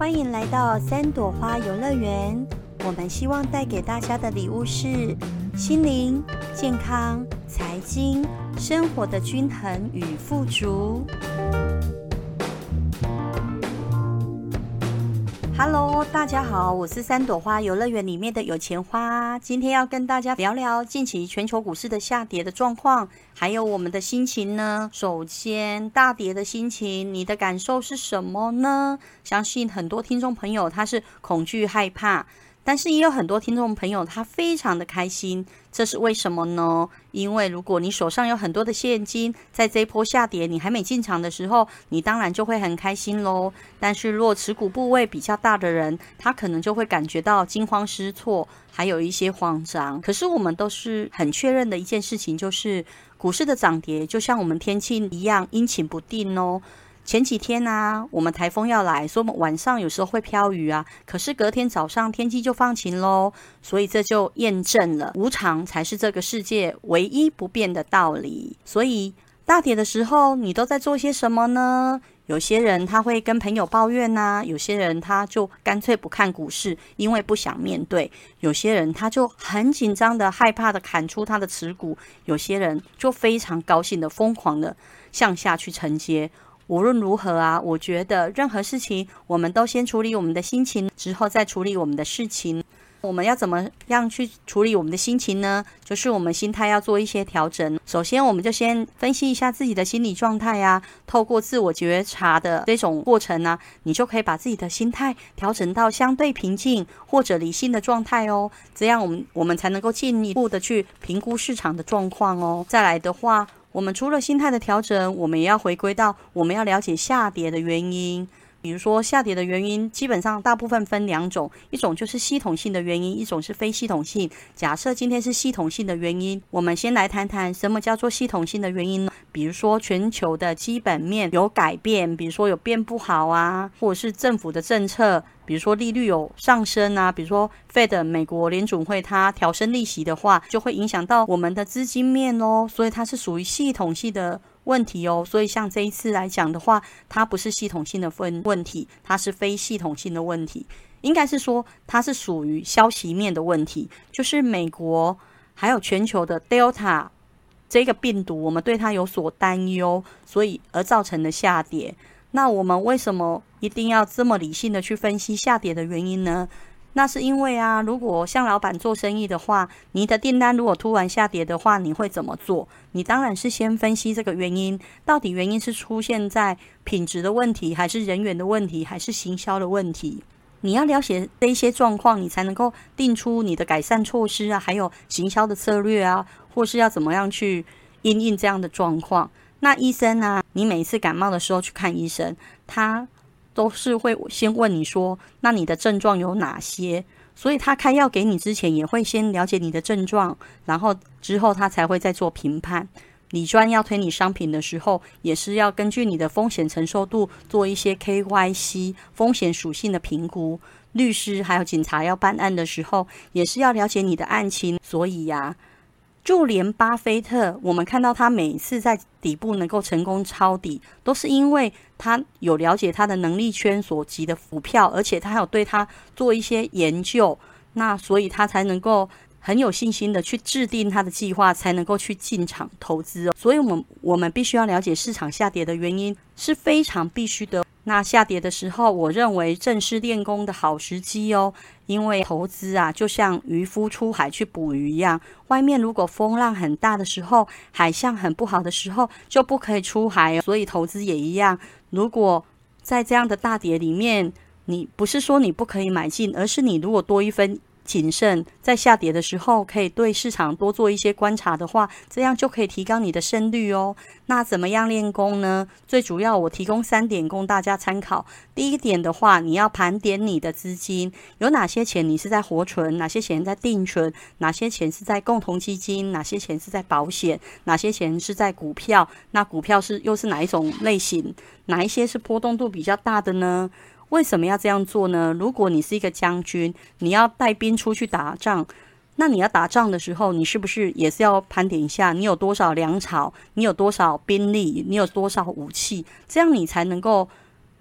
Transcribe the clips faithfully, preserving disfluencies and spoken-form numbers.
欢迎来到三朵花游乐园。我们希望带给大家的礼物是心灵、健康、财经、生活的均衡与富足。Hello， 大家好，我是三朵花游乐园里面的有钱花。今天要跟大家聊聊近期全球股市的下跌的状况，还有我们的心情呢。首先，大跌的心情，你的感受是什么呢？相信很多听众朋友他是恐惧害怕，但是也有很多听众朋友他非常的开心，这是为什么呢？因为如果你手上有很多的现金，在这一波下跌你还没进场的时候，你当然就会很开心咯。但是若持股部位比较大的人，他可能就会感觉到惊慌失措，还有一些慌张。可是我们都是很确认的一件事情，就是股市的涨跌就像我们天气一样阴晴不定哦。前几天啊，我们台风要来，所以我们晚上有时候会飘雨啊，可是隔天早上天气就放晴咯，所以这就验证了无常才是这个世界唯一不变的道理。所以大跌的时候你都在做些什么呢？有些人他会跟朋友抱怨啊，有些人他就干脆不看股市，因为不想面对，有些人他就很紧张的害怕的砍出他的持股，有些人就非常高兴的疯狂的向下去承接。无论如何啊，我觉得任何事情我们都先处理我们的心情，之后再处理我们的事情。我们要怎么样去处理我们的心情呢？就是我们心态要做一些调整。首先我们就先分析一下自己的心理状态啊，透过自我觉察的这种过程啊，你就可以把自己的心态调整到相对平静或者理性的状态哦，这样我们我们才能够进一步的去评估市场的状况哦。再来的话，我们除了心态的调整，我们也要回归到我们要了解下跌的原因。比如说下跌的原因基本上大部分分两种，一种就是系统性的原因，一种是非系统性。假设今天是系统性的原因，我们先来谈谈什么叫做系统性的原因呢？比如说全球的基本面有改变，比如说有变不好啊，或者是政府的政策，比如说利率有上升啊，比如说 Fed 美国联准会它调升利息的话，就会影响到我们的资金面哦，所以它是属于系统性的问题哦。所以像这一次来讲的话，它不是系统性的问题，它是非系统性的问题，应该是说它是属于消息面的问题，就是美国还有全球的 Delta 这个病毒，我们对它有所担忧，所以而造成的下跌。那我们为什么一定要这么理性的去分析下跌的原因呢？那是因为啊，如果像老板做生意的话，你的订单如果突然下跌的话，你会怎么做？你当然是先分析这个原因，到底原因是出现在品质的问题，还是人员的问题，还是行销的问题？你要了解这一些状况，你才能够定出你的改善措施啊，还有行销的策略啊，或是要怎么样去因应这样的状况。那医生啊，你每一次感冒的时候去看医生，他都是会先问你说，那你的症状有哪些？所以他开药给你之前，也会先了解你的症状，然后之后他才会再做评判。理专要推你商品的时候，也是要根据你的风险承受度做一些 K Y C 风险属性的评估。律师还有警察要办案的时候，也是要了解你的案情。所以呀、啊，就连巴菲特，我们看到他每次在底部能够成功抄底，都是因为他有了解他的能力圈所及的股票，而且他有对他做一些研究，那所以他才能够很有信心的去制定他的计划，才能够去进场投资哦。所以我们我们必须要了解市场下跌的原因，是非常必须的。那下跌的时候，我认为正是练功的好时机哦。因为投资啊，就像渔夫出海去捕鱼一样，外面如果风浪很大的时候，海象很不好的时候，就不可以出海哦。所以投资也一样，如果在这样的大跌里面，你不是说你不可以买进，而是你如果多一分谨慎，在下跌的时候可以对市场多做一些观察的话，这样就可以提高你的胜率哦。那怎么样练功呢？最主要我提供三点供大家参考。第一点的话，你要盘点你的资金，有哪些钱你是在活存，哪些钱在定存，哪些钱是在共同基金，哪些钱是在保险，哪些钱是在股票，那股票是又是哪一种类型，哪一些是波动度比较大的呢？为什么要这样做呢？如果你是一个将军，你要带兵出去打仗，那你要打仗的时候，你是不是也是要盘点一下你有多少粮草，你有多少兵力，你有多少武器，这样你才能够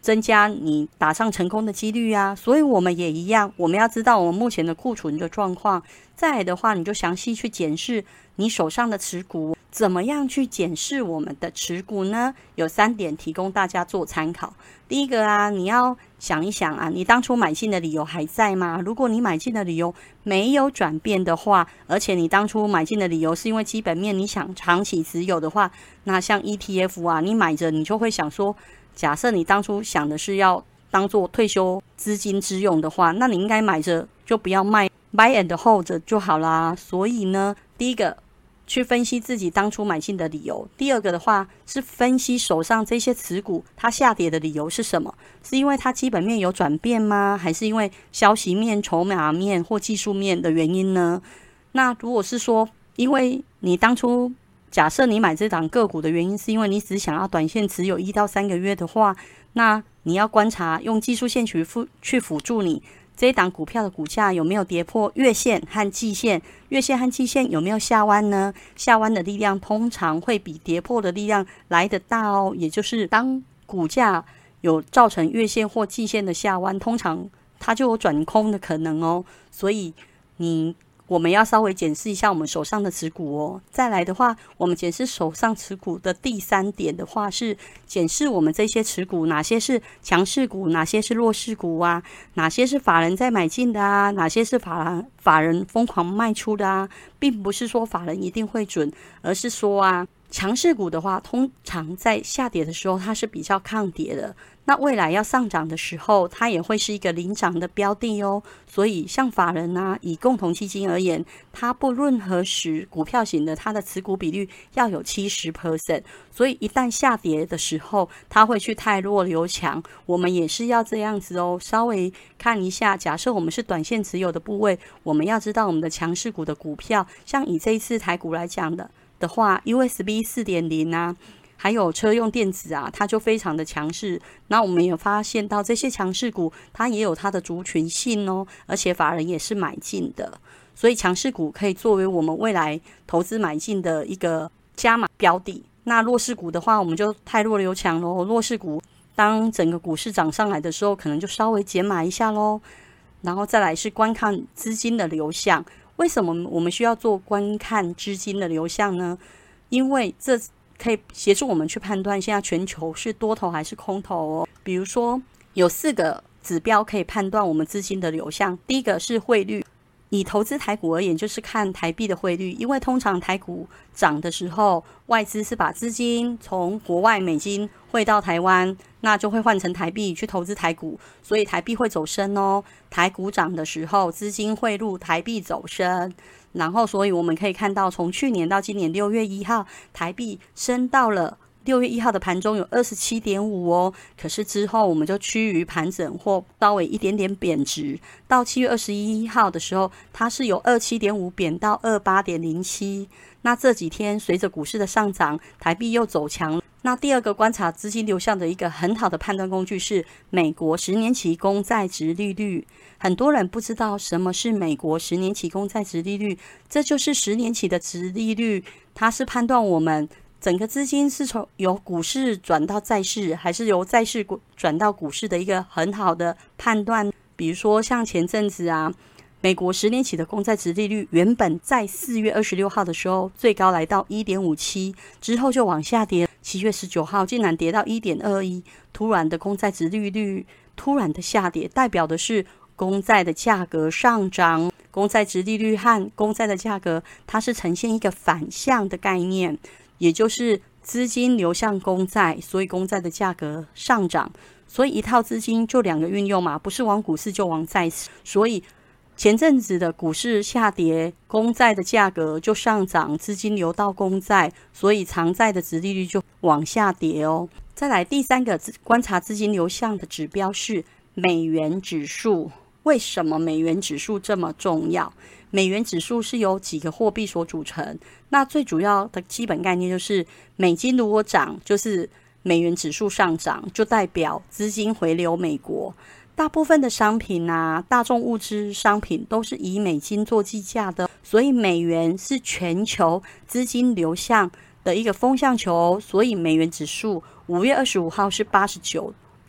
增加你打仗成功的几率啊。所以我们也一样，我们要知道我们目前的库存的状况。再来的话，你就详细去检视你手上的持股。怎么样去检视我们的持股呢？有三点提供大家做参考。第一个啊，你要想一想啊，你当初买进的理由还在吗？如果你买进的理由没有转变的话，而且你当初买进的理由是因为基本面你想长期持有的话，那像 E T F 啊，你买着你就会想说，假设你当初想的是要当做退休资金之用的话，那你应该买着就不要卖 ，buy and hold 就好啦。所以呢，第一个去分析自己当初买进的理由，第二个的话是分析手上这些持股它下跌的理由是什么？是因为它基本面有转变吗？还是因为消息面、筹码面或技术面的原因呢？那如果是说，因为你当初假设你买这档个股的原因是因为你只想要短线持有一到三个月的话，那你要观察用技术线去辅去辅助你这一档股票的股价有没有跌破月线和季线，月线和季线有没有下弯呢？下弯的力量通常会比跌破的力量来得大哦，也就是当股价有造成月线或季线的下弯，通常它就有转空的可能哦。所以你我们要稍微检视一下我们手上的持股哦。再来的话，我们检视手上持股的第三点的话是检视我们这些持股哪些是强势股，哪些是弱势股啊，哪些是法人在买进的啊，哪些是法人法人疯狂卖出的啊，并不是说法人一定会准，而是说啊，强势股的话通常在下跌的时候它是比较抗跌的，那未来要上涨的时候它也会是一个领涨的标的哦。所以像法人啊，以共同基金而言，它不论何时股票型的它的持股比率要有 百分之七十， 所以一旦下跌的时候它会去汰弱留强，我们也是要这样子哦。稍微看一下，假设我们是短线持有的部位，我们要知道我们的强势股的股票，像以这一次台股来讲的的话 U S B 四点零 啊，还有车用电子啊，它就非常的强势。那我们也发现到这些强势股它也有它的族群性哦，而且法人也是买进的，所以强势股可以作为我们未来投资买进的一个加码标的。那弱势股的话，我们就汰弱留强咯，弱势股当整个股市涨上来的时候，可能就稍微减码一下咯。然后再来是观看资金的流向。为什么我们需要做观看资金的流向呢？因为这可以协助我们去判断现在全球是多头还是空头哦。比如说有四个指标可以判断我们资金的流向。第一个是汇率，以投资台股而言，就是看台币的汇率，因为通常台股涨的时候，外资是把资金从国外美金汇到台湾，那就会换成台币去投资台股，所以台币会走升哦。台股涨的时候，资金汇入台币走升，然后所以我们可以看到，从去年到今年六月一号，台币升到了六月一号的盘中有 二十七点五 哦，可是之后我们就趋于盘整或稍微一点点贬值，到七月二十一号的时候，它是由 二十七点五 贬到 二十八点零七。那这几天随着股市的上涨，台币又走强。那第二个观察资金流向的一个很好的判断工具是美国十年期公债殖利率。很多人不知道什么是美国十年期公债殖利率，这就是十年期的殖利率，它是判断我们整个资金是从由股市转到债市，还是由债市转到股市的一个很好的判断。比如说像前阵子啊，美国十年期的公债殖利率原本在四月二十六号的时候最高来到 一点五七， 之后就往下跌，七月十九号竟然跌到 一点二一， 突然的公债殖利率突然的下跌，代表的是公债的价格上涨。公债殖利率和公债的价格它是呈现一个反向的概念，也就是资金流向公债，所以公债的价格上涨，所以一套资金就两个运用嘛，不是往股市就往债市。所以前阵子的股市下跌，公债的价格就上涨，资金流到公债，所以长债的殖利率就往下跌哦。再来第三个观察资金流向的指标是美元指数。为什么美元指数这么重要？美元指数是由几个货币所组成，那最主要的基本概念就是美金如果涨，就是美元指数上涨，就代表资金回流美国。大部分的商品啊，大众物资商品都是以美金做计价的，所以美元是全球资金流向的一个风向球，所以美元指数五月二十五号是 八十九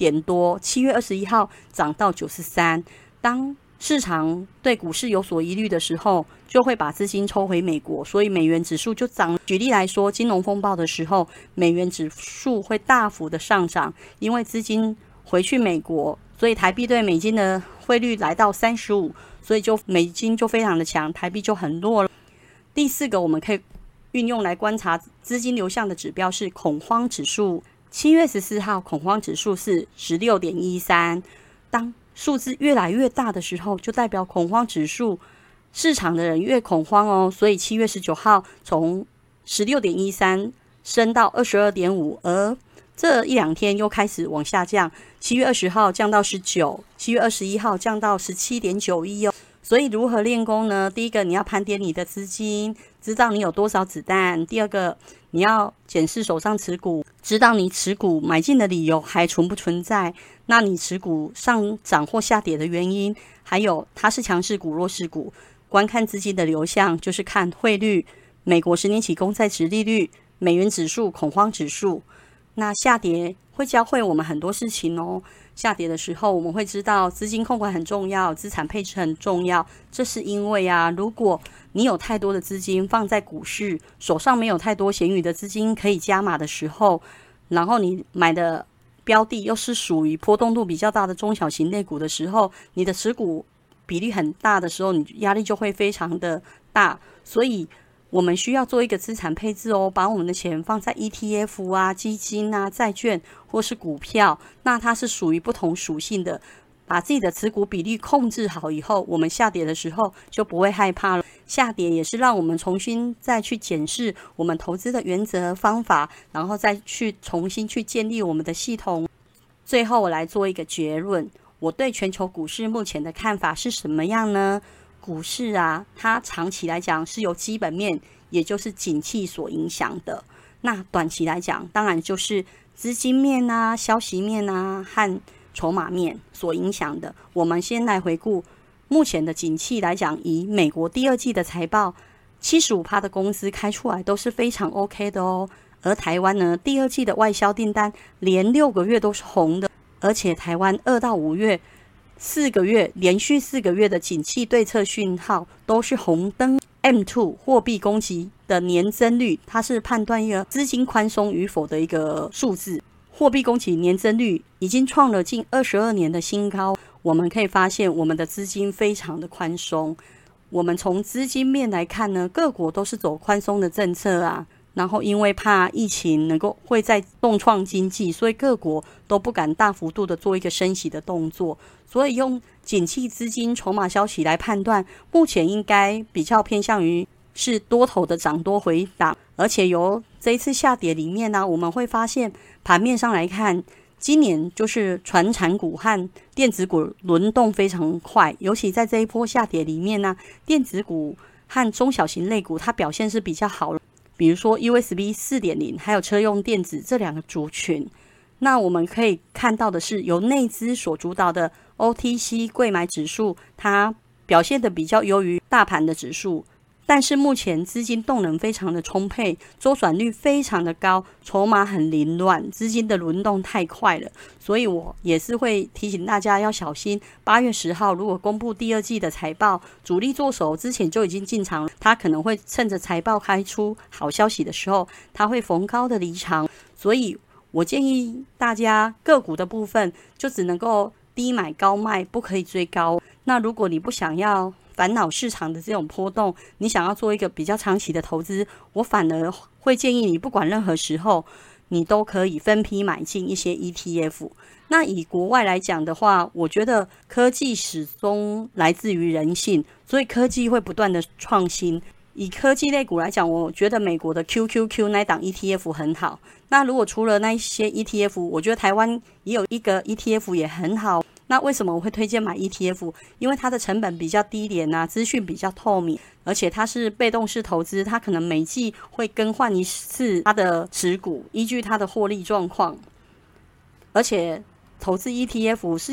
点多，七月二十一号涨到九十三。当市场对股市有所疑虑的时候，就会把资金抽回美国，所以美元指数就涨。举例来说，金融风暴的时候，美元指数会大幅的上涨，因为资金回去美国，所以台币对美金的汇率来到三十五，所以就美金就非常的强，台币就很弱了。第四个我们可以运用来观察资金流向的指标是恐慌指数。七月十四号恐慌指数是 十六点一三， 当数字越来越大的时候，就代表恐慌指数市场的人越恐慌哦。所以七月十九号从 十六点一三 升到 二十二点五， 而这一两天又开始往下降，七月二十号降到十九，七月二十一号降到 十七点九一 哦。所以如何练功呢？第一个，你要盘点你的资金，知道你有多少子弹；第二个，你要检视手上持股，知道你持股买进的理由还存不存在，那你持股上涨或下跌的原因，还有它是强势股弱势股。观看资金的流向，就是看汇率、美国十年期公债殖利率、美元指数、恐慌指数。那下跌会教会我们很多事情哦。下跌的时候，我们会知道资金控管很重要，资产配置很重要。这是因为啊，如果你有太多的资金放在股市，手上没有太多闲余的资金可以加码的时候，然后你买的标的又是属于波动度比较大的中小型类股的时候，你的持股比例很大的时候，你压力就会非常的大。所以我们需要做一个资产配置哦，把我们的钱放在 E T F 啊、基金啊、债券或是股票，那它是属于不同属性的。把自己的持股比例控制好以后，我们下跌的时候就不会害怕了。下跌也是让我们重新再去检视我们投资的原则方法，然后再去重新去建立我们的系统。最后我来做一个结论，我对全球股市目前的看法是什么样呢？股市啊，它长期来讲是由基本面，也就是景气所影响的。那短期来讲，当然就是资金面啊、消息面啊和筹码面所影响的。我们先来回顾目前的景气来讲，以美国第二季的财报 百分之七十五 的公司开出来都是非常 OK 的哦。而台湾呢，第二季的外销订单连六个月都是红的，而且台湾二到五月四个月连续四个月的景气对策讯号都是红灯。 M 二 货币供给的年增率，它是判断一个资金宽松与否的一个数字。货币供给年增率已经创了近二十二年的新高。我们可以发现我们的资金非常的宽松。我们从资金面来看呢，各国都是走宽松的政策啊，然后因为怕疫情能够会再重创经济，所以各国都不敢大幅度的做一个升息的动作。所以用景气、资金、筹码消息来判断，目前应该比较偏向于是多头的涨多回档。而且由这一次下跌里面呢、啊，我们会发现盘面上来看，今年就是传产股和电子股轮动非常快，尤其在这一波下跌里面呢、啊，电子股和中小型类股它表现是比较好的。比如说 U S B 四点零 还有车用电子这两个族群。那我们可以看到的是，由内资所主导的 O T C 柜买指数，它表现的比较优于大盘的指数。但是目前资金动能非常的充沛，周转率非常的高，筹码很凌乱，资金的轮动太快了。所以我也是会提醒大家要小心，八月十号如果公布第二季的财报，主力做手之前就已经进场了，他可能会趁着财报开出好消息的时候，他会逢高的离场。所以我建议大家个股的部分就只能够低买高卖，不可以追高。那如果你不想要烦恼市场的这种波动，你想要做一个比较长期的投资，我反而会建议你不管任何时候，你都可以分批买进一些 E T F。 那以国外来讲的话，我觉得科技始终来自于人性，所以科技会不断的创新。以科技类股来讲，我觉得美国的 Q Q Q 那档 E T F 很好。那如果除了那一些 E T F， 我觉得台湾也有一个 E T F 也很好。那为什么我会推荐买 E T F？ 因为它的成本比较低廉啊，资讯比较透明，而且它是被动式投资，它可能每季会更换一次它的持股，依据它的获利状况。而且投资 E T F 是由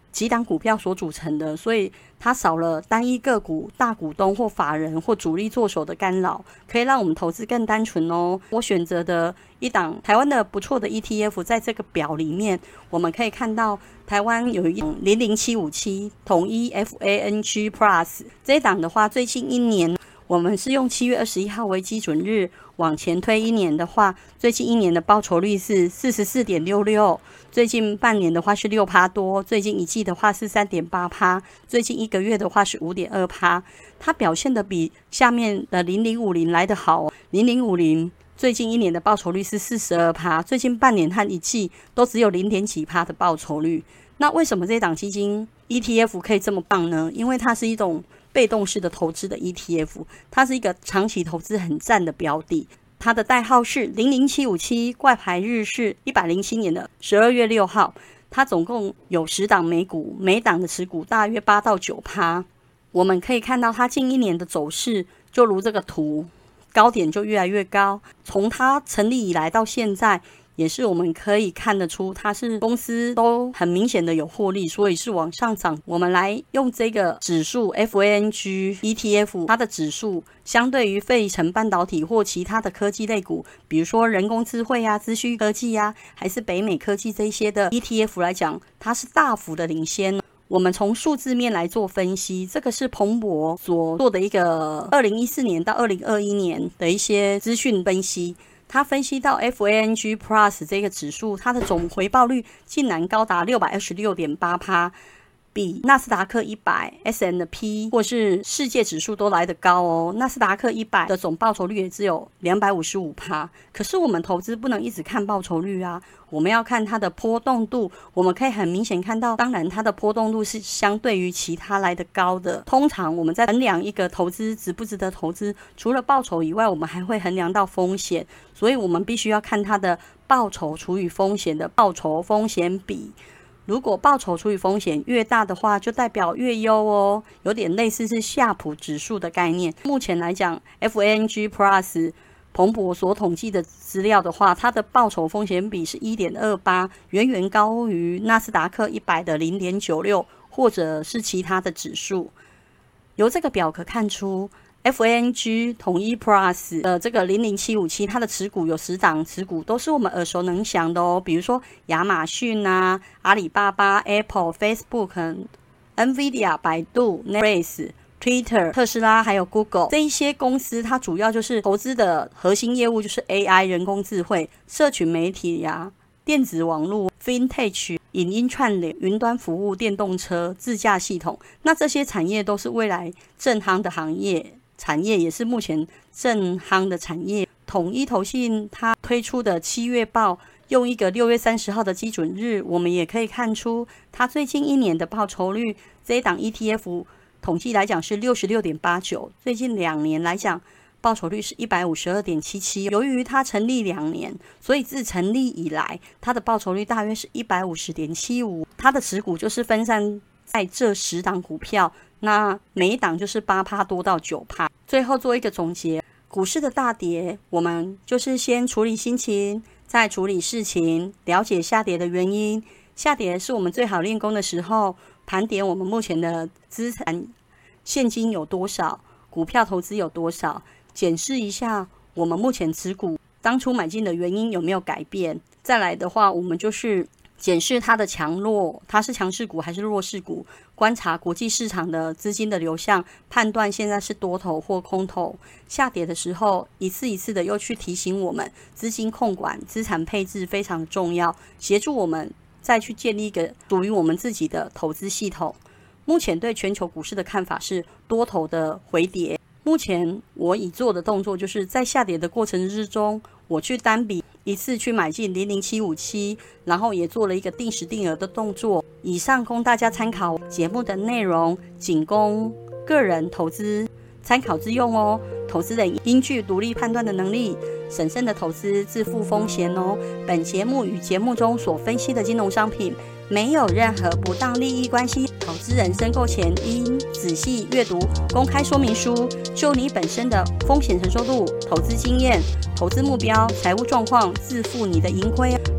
几档股票所组成的，所以它少了单一个股、大股东或法人或主力做手的干扰，可以让我们投资更单纯哦。我选择的一档台湾的不错的 E T F， 在这个表里面，我们可以看到台湾有一档零零七五七统一 F A N G Plus 这一档的话，最近一年我们是用七月二十一号为基准日，往前推一年的话，最近一年的报酬率是 百分之四十四点六六， 最近半年的话是 百分之六 多，最近一季的话是 百分之三点八， 最近一个月的话是 百分之五点二， 它表现的比下面的零零五零来得好哦。零零五零最近一年的报酬率是 百分之四十二， 最近半年和一季都只有 零点几%的报酬率。那为什么这档基金 E T F 可以这么棒呢？因为它是一种被动式的投资的 E T F， 它是一个长期投资很赞的标的。它的代号是零零七五七，挂牌日是一百零七年的十二月六号。它总共有十档美股，每档的持股大约八到九%。我们可以看到它近一年的走势，就如这个图，高点就越来越高。从它成立以来到现在，也是我们可以看得出它是公司都很明显的有获利，所以是往上涨。我们来用这个指数 F A N G E T F， 它的指数相对于费城半导体或其他的科技类股，比如说人工智慧啊、资讯科技啊，还是北美科技这一些的 E T F 来讲，它是大幅的领先。我们从数字面来做分析，这个是彭博所做的一个二零一四年到二零二一年的一些资讯分析。他分析到 F A N G Plus 这个指数，它的总回报率竟然高达 百分之六百二十六点八， 比纳斯达克一百、S and P 或是世界指数都来得高哦。纳斯达克一百的总报酬率也只有 百分之两百五十五， 可是我们投资不能一直看报酬率啊，我们要看它的波动度。我们可以很明显看到，当然它的波动度是相对于其他来得高的。通常我们在衡量一个投资值不值得投资，除了报酬以外，我们还会衡量到风险，所以我们必须要看它的报酬除以风险的报酬风险比。如果报酬除以风险越大的话，就代表越优哦，有点类似是夏普指数的概念。目前来讲 F A N G Plus 彭博所统计的资料的话，它的报酬风险比是 一点二八， 远远高于纳斯达克一百的 零点九六， 或者是其他的指数。由这个表可看出F A N G 统一 Plus 的这个零零七五七，它的持股有十档持股都是我们耳熟能详的哦，比如说亚马逊啊、阿里巴巴、Apple、Facebook、Nvidia、百度、Netflix、Twitter、特斯拉还有 Google 这一些公司，它主要就是投资的核心业务就是 A I 人工智慧、社群媒体啊、电子网络、Fintech、影音串联、云端服务、电动车、自驾系统。那这些产业都是未来正夯的行业。产业也是目前正夯的产业。统一投信它推出的七月报，用一个六月三十号的基准日，我们也可以看出它最近一年的报酬率，这一档 E T F 统计来讲是 百分之六十六点八九， 最近两年来讲报酬率是 一百五十二点七七。 由于它成立两年，所以自成立以来它的报酬率大约是 一百五十点七五。 它的持股就是分散在这十档股票，那每一档就是 百分之八 多到 百分之九。 最后做一个总结，股市的大跌，我们就是先处理心情，再处理事情，了解下跌的原因。下跌是我们最好练功的时候，盘点我们目前的资产现金有多少，股票投资有多少，检视一下我们目前持股当初买进的原因有没有改变。再来的话，我们就是检视它的强弱，它是强势股还是弱势股，观察国际市场的资金的流向，判断现在是多头或空头。下跌的时候，一次一次的又去提醒我们，资金控管、资产配置非常重要，协助我们再去建立一个属于我们自己的投资系统。目前对全球股市的看法是多头的回跌。目前我已做的动作就是在下跌的过程之中，我去单笔一次去买进零零七五七，然后也做了一个定时定额的动作。以上供大家参考，节目的内容仅供个人投资参考之用哦。投资人应具独立判断的能力，审慎的投资，自负风险哦。本节目与节目中所分析的金融商品没有任何不当利益关系，投资人申购前应仔细阅读公开说明书，就你本身的风险承受度、投资经验、投资目标、财务状况，自负你的盈亏。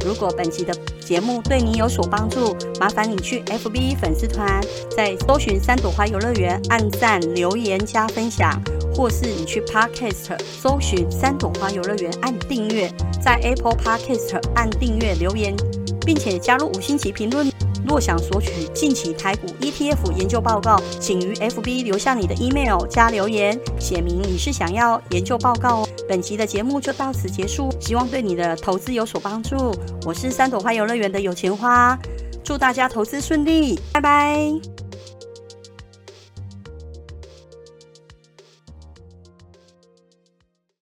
如果本期的节目对你有所帮助，麻烦你去 F B 粉丝团，在搜寻三朵花游乐园按赞、留言加分享，或是你去 Podcast 搜寻三朵花游乐园按订阅，在 Apple Podcast 按订阅留言，并且加入五星级评论。若想索取近期台股 E T F 研究报告，请于 F B 留下你的 email 加留言，写明你是想要研究报告哦。本期的节目就到此结束，希望对你的投资有所帮助。我是三朵花游乐园的有钱花，祝大家投资顺利，拜拜。